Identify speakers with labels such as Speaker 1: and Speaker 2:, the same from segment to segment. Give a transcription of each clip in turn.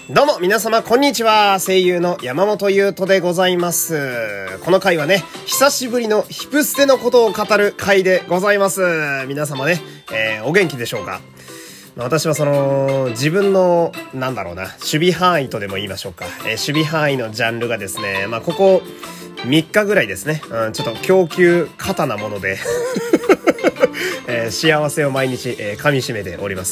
Speaker 1: どうも皆様こんにちは。声優の山本優斗でございます。この回はね、久しぶりのヒプステのことを語る回でございます。皆様ね、お元気でしょうか。私は自分の守備範囲とでも言いましょうか、守備範囲のジャンルがですね、ここ3日ぐらいですね、ちょっと供給過多なもので幸せを毎日、噛み締めております。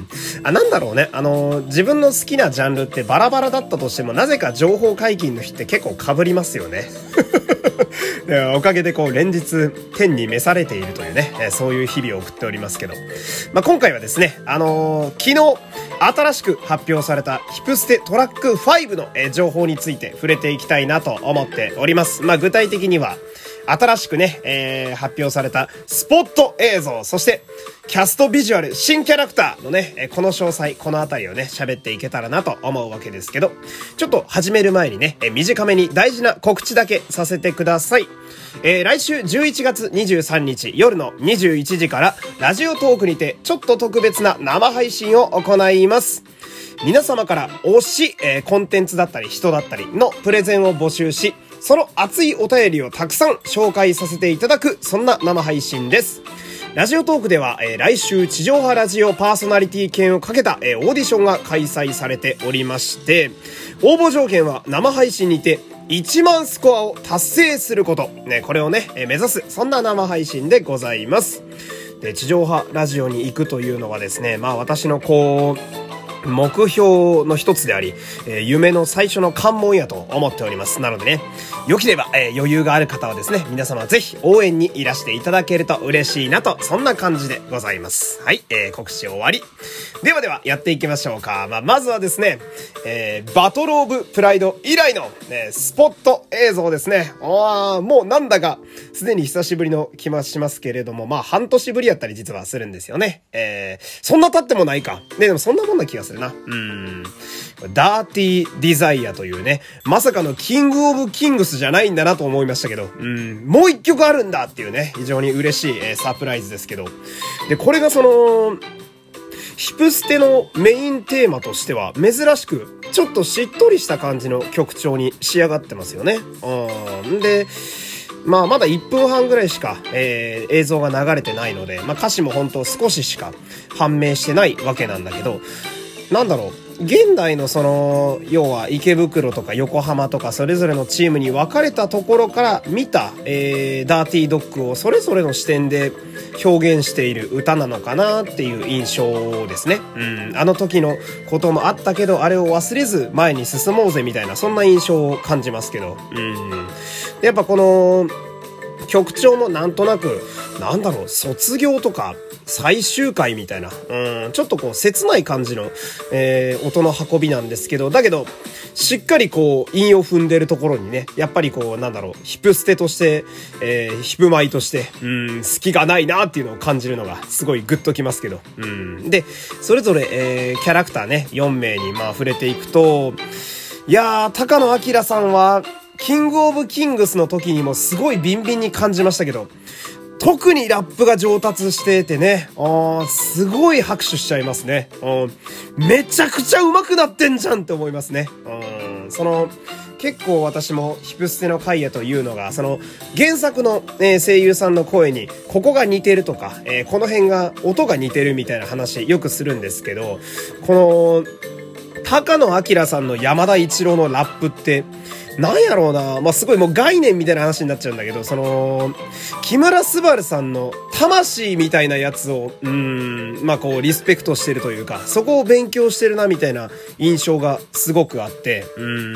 Speaker 1: 自分の好きなジャンルってバラバラだったとしても、なぜか情報解禁の日って結構被りますよね。おかげで連日天に召されているというね、そういう日々を送っておりますけど、今回はですね、昨日新しく発表されたヒプステトラック5の、情報について触れていきたいなと思っております。具体的には新しくね、発表されたスポット映像、そしてキャストビジュアル、新キャラクターのね、この詳細、このあたりをね、喋っていけたらなと思うわけですけど、ちょっと始める前にね、短めに大事な告知だけさせてください。来週11月23日夜の21時からラジオトークにてちょっと特別な生配信を行います。皆様から推し、コンテンツだったり人だったりのプレゼンを募集し、その熱いお便りをたくさん紹介させていただく、そんな生配信です。ラジオトークでは、来週地上波ラジオパーソナリティ権をかけた、オーディションが開催されておりまして、応募条件は生配信にて1万スコアを達成すること、ね、これをね、目指す、そんな生配信でございます。で、地上波ラジオに行くというのはですね、私の目標の一つであり、夢の最初の関門やと思っております。なのでね、良ければ、余裕がある方はですね、皆様ぜひ応援にいらしていただけると嬉しいなと、そんな感じでございます。はい、告知終わり。ではやっていきましょうか。まずはですね、バトルオブプライド以来の、スポット映像ですね。もうなんだかすでに久しぶりの気もしますけれども、半年ぶりやったり実はするんですよね。そんな経ってもないか。でもそんなもんな気がするな。ダーティーディザイアというね、まさかのキングオブキングスじゃないんだなと思いましたけど、もう一曲あるんだっていうね、非常に嬉しい、サプライズですけど。で、これがヒプステのメインテーマとしては珍しくちょっとしっとりした感じの曲調に仕上がってますよね。で、まだ1分半ぐらいしか、映像が流れてないので、歌詞も本当少ししか判明してないわけなんだけど、現代の要は池袋とか横浜とかそれぞれのチームに分かれたところから見た、ダーティードッグをそれぞれの視点で表現している歌なのかなっていう印象ですね。あの時のこともあったけど、あれを忘れず前に進もうぜみたいな、そんな印象を感じますけど、やっぱこの曲調もなんとなく卒業とか最終回みたいな、ちょっと切ない感じの、音の運びなんですけど、だけどしっかり韻を踏んでるところにね、やっぱりヒプステとして、ヒプマイとして隙がないなっていうのを感じるのがすごいグッときますけど、でそれぞれ、キャラクターね4名に触れていくと、いやー、高野明さんはキングオブキングスの時にもすごいビンビンに感じましたけど、特にラップが上達しててね、すごい拍手しちゃいますね。めちゃくちゃ上手くなってんじゃんって思いますね。結構私もヒプステの回やというのが、原作の、声優さんの声にここが似てるとか、この辺が音が似てるみたいな話よくするんですけど、この高野明さんの山田一郎のラップってなんやろうな、すごいもう概念みたいな話になっちゃうんだけど、木村昴さんの魂みたいなやつをリスペクトしてるというか、そこを勉強してるなみたいな印象がすごくあって、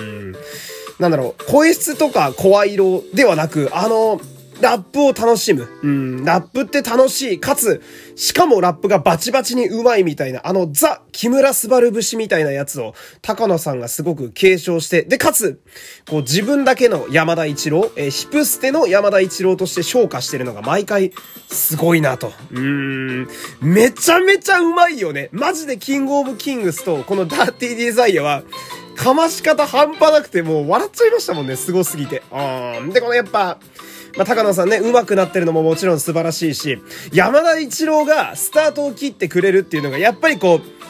Speaker 1: 声質とか声色ではなく、ラップを楽しむ。ラップって楽しい。かつ、しかもラップがバチバチにうまいみたいな、ザ・木村昴節みたいなやつを、高野さんがすごく継承して、で、かつ、自分だけの山田一郎、ヒプステの山田一郎として昇華してるのが毎回、すごいなと。めちゃめちゃうまいよね。マジでキングオブキングスと、このダーティーディザイアは、かまし方半端なくて、もう笑っちゃいましたもんね。すごすぎて。で、やっぱ、高野さんね、上手くなってるのももちろん素晴らしいし、山田一郎がスタートを切ってくれるっていうのが、やっぱり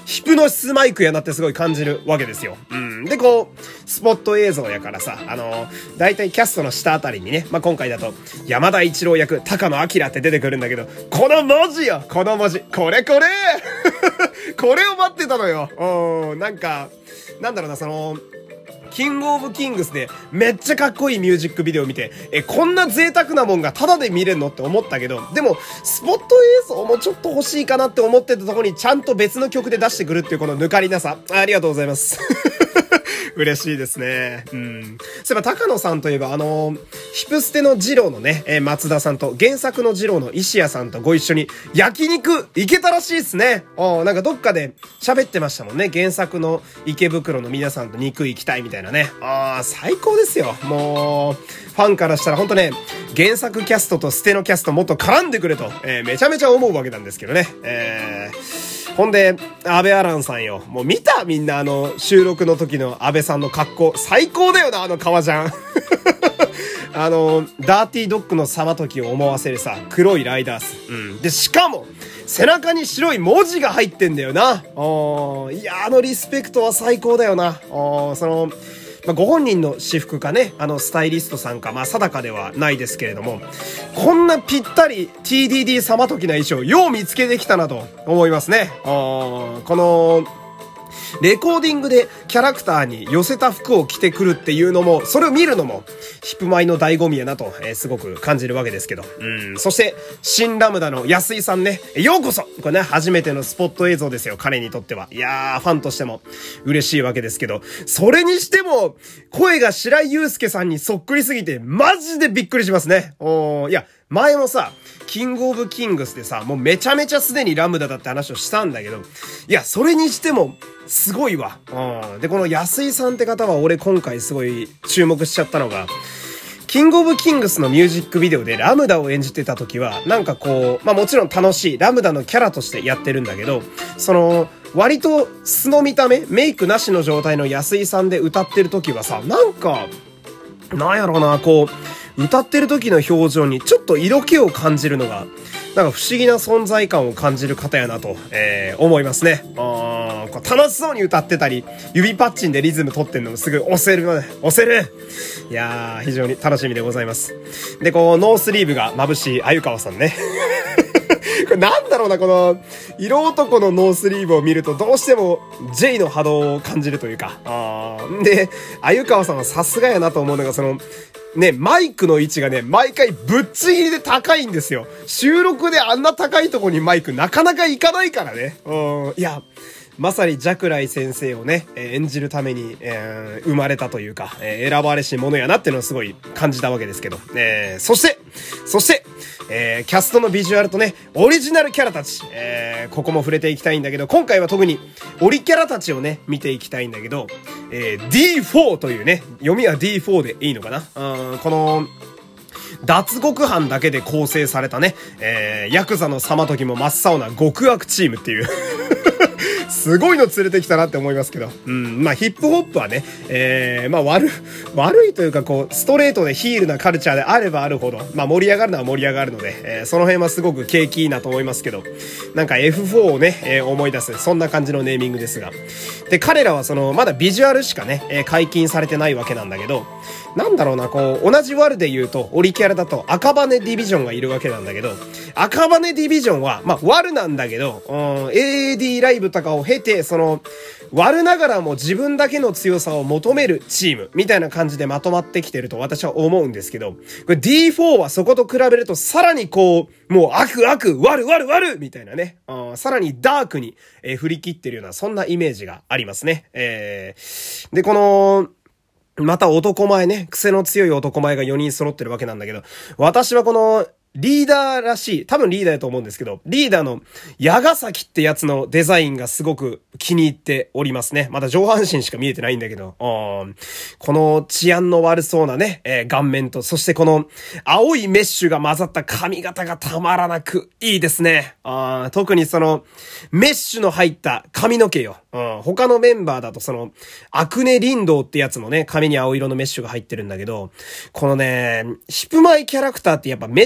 Speaker 1: ヒプノシスマイクやなってすごい感じるわけですよ。で、こう、スポット映像やからさ、だいたいキャストの下あたりにね、今回だと、山田一郎役、高野明って出てくるんだけど、この文字よこの文字これこれこれを待ってたのよ。なんか、なんだろうな、キングオブキングスでめっちゃかっこいいミュージックビデオ見て、こんな贅沢なもんがタダで見れんのって思ったけど、でも、スポット映像もちょっと欲しいかなって思ってたところにちゃんと別の曲で出してくるっていうこの抜かりなさ。ありがとうございます。嬉しいですね。そういえば高野さんといえばヒプステの二郎のね、松田さんと原作の二郎の石谷さんとご一緒に焼肉行けたらしいですね。なんかどっかで喋ってましたもんね。原作の池袋の皆さんと肉行きたいみたいなね。最高ですよ。もう、ファンからしたら本当ね、原作キャストとステのキャストもっと絡んでくれと、めちゃめちゃ思うわけなんですけどね。ほんで、安倍アランさんよ。もう見たみんな収録の時の安倍さんの格好。最高だよな、革ジャン。ダーティードッグの様時を思わせるさ、黒いライダース。で、しかも、背中に白い文字が入ってんだよな。いや、リスペクトは最高だよな。ご本人の私服かね、スタイリストさんか、定かではないですけれども、こんなぴったり TDD 様時な衣装、よう見つけてきたなと思いますね。この、レコーディングでキャラクターに寄せた服を着てくるっていうのも、それを見るのも、ヒップマイの醍醐味やなと、すごく感じるわけですけど。そして、新ラムダの安井さんね、ようこそこれね、初めてのスポット映像ですよ、彼にとっては。いやー、ファンとしても嬉しいわけですけど、それにしても、声が白井祐介さんにそっくりすぎて、マジでびっくりしますね。いや、前もさ、キングオブキングスでさ、もうめちゃめちゃすでにラムダだって話をしたんだけど、いや、それにしても、すごいわ。で、この安井さんって方は俺今回すごい注目しちゃったのが、キングオブキングスのミュージックビデオでラムダを演じてた時は、なんかこう、もちろん楽しいラムダのキャラとしてやってるんだけど、割と素の見た目、メイクなしの状態の安井さんで歌ってる時はさ、なんか、なんやろな、こう、歌ってる時の表情にちょっと色気を感じるのが、なんか不思議な存在感を感じる方やなと、思いますね。楽しそうに歌ってたり、指パッチンでリズム取ってんのもすぐ押せる。いやー、非常に楽しみでございます。で、こう、ノースリーブが眩しい鮎川さんね。これなんだろうな、この、色男のノースリーブを見るとどうしても J の波動を感じるというか。で、鮎川さんはさすがやなと思うのが、ね、マイクの位置がね、毎回ぶっちぎりで高いんですよ。収録であんな高いとこにマイクなかなかいかないからね。いや、まさにジャクライ先生をね、演じるために、生まれたというか、選ばれし者やなっていうのをすごい感じたわけですけど。そして、キャストのビジュアルとね、オリジナルキャラたち、ここも触れていきたいんだけど、今回は特にオリキャラたちをね、見ていきたいんだけど、D4 というね、読みは D4 でいいのかな。この、脱獄犯だけで構成されたね、ヤクザの様時も真っ青な極悪チームっていう。すごいの連れてきたなって思いますけど。ヒップホップはね、悪いというかこう、ストレートでヒールなカルチャーであればあるほど、盛り上がるのは盛り上がるので、その辺はすごく景気いいなと思いますけど、なんか F4 をね、思い出す、そんな感じのネーミングですが。で、彼らはまだビジュアルしかね、解禁されてないわけなんだけど、なんだろうな、こう、同じワルで言うと、オリキャラだと赤羽ディビジョンがいるわけなんだけど、赤羽ディビジョンは、ワルなんだけど、AAD ライブとかを経て、ワルながらも自分だけの強さを求めるチーム、みたいな感じでまとまってきてると私は思うんですけど、これ D4 はそこと比べるとさらにこう、もう悪、ワルみたいなね、さらにダークに、振り切ってるような、そんなイメージがありますね。で、この、また男前ね、癖の強い男前が4人揃ってるわけなんだけど、私はこの、リーダーらしい、多分リーダーだと思うんですけど、リーダーの矢ヶ崎ってやつのデザインがすごく気に入っておりますね。まだ上半身しか見えてないんだけど、この治安の悪そうなね、顔面と、そしてこの青いメッシュが混ざった髪型がたまらなくいいですね。特にメッシュの入った髪の毛よ。他のメンバーだとアクネリンドウってやつもね、髪に青色のメッシュが入ってるんだけど、このね、ヒップマイキャラクターってやっぱメッシュ率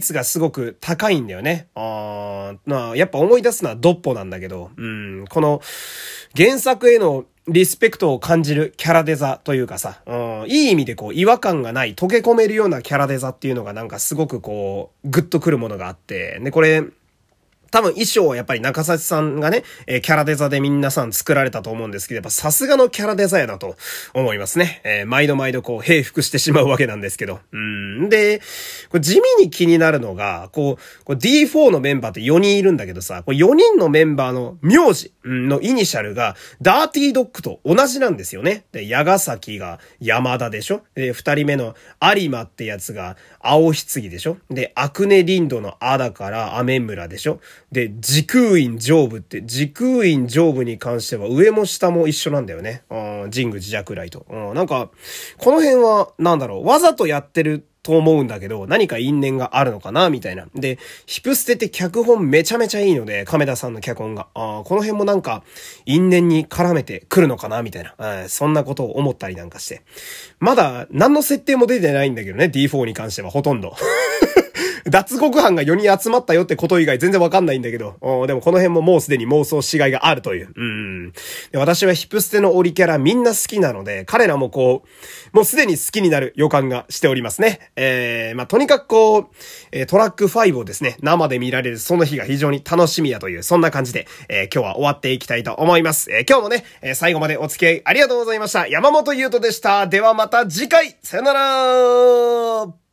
Speaker 1: 率がすごく高いんだよね。やっぱ思い出すのはドッポなんだけど、この原作へのリスペクトを感じるキャラデザというかさ、いい意味でこう違和感がない、溶け込めるようなキャラデザっていうのがなんかすごくこう、グッとくるものがあって、で、これ、多分衣装はやっぱり中崎さんがね、キャラデザで皆さん作られたと思うんですけど、やっぱさすがのキャラデザやなと思いますね。毎度毎度こう、平服してしまうわけなんですけど。で、これ地味に気になるのが、こう D4 のメンバーって4人いるんだけどさ、これ4人のメンバーの名字のイニシャルが、ダーティードッグと同じなんですよね。で、矢ヶ崎が山田でしょ。で、2人目の有馬ってやつが青棺でしょ。で、アクネリンドのアだから雨村でしょ。で、時空院上部って、時空院上部に関しては上も下も一緒なんだよね。神宮寺落雷と。なんか、この辺は、なんだろう、わざとやってると思うんだけど、何か因縁があるのかなみたいな。で、ヒプステって脚本めちゃめちゃいいので、亀田さんの脚本が。この辺もなんか、因縁に絡めてくるのかなみたいな。そんなことを思ったりなんかして。まだ、何の設定も出てないんだけどね、D4 に関してはほとんど。脱獄犯が4人集まったよってこと以外全然わかんないんだけど、でもこの辺ももうすでに妄想しがいがあるという。で、私はヒプステのオリキャラみんな好きなので、彼らもこう、もうすでに好きになる予感がしておりますね。とにかくこう、トラック5をですね、生で見られるその日が非常に楽しみやという、そんな感じで、今日は終わっていきたいと思います。今日もね、最後までお付き合いありがとうございました。山本優斗でした。ではまた次回、さよなら。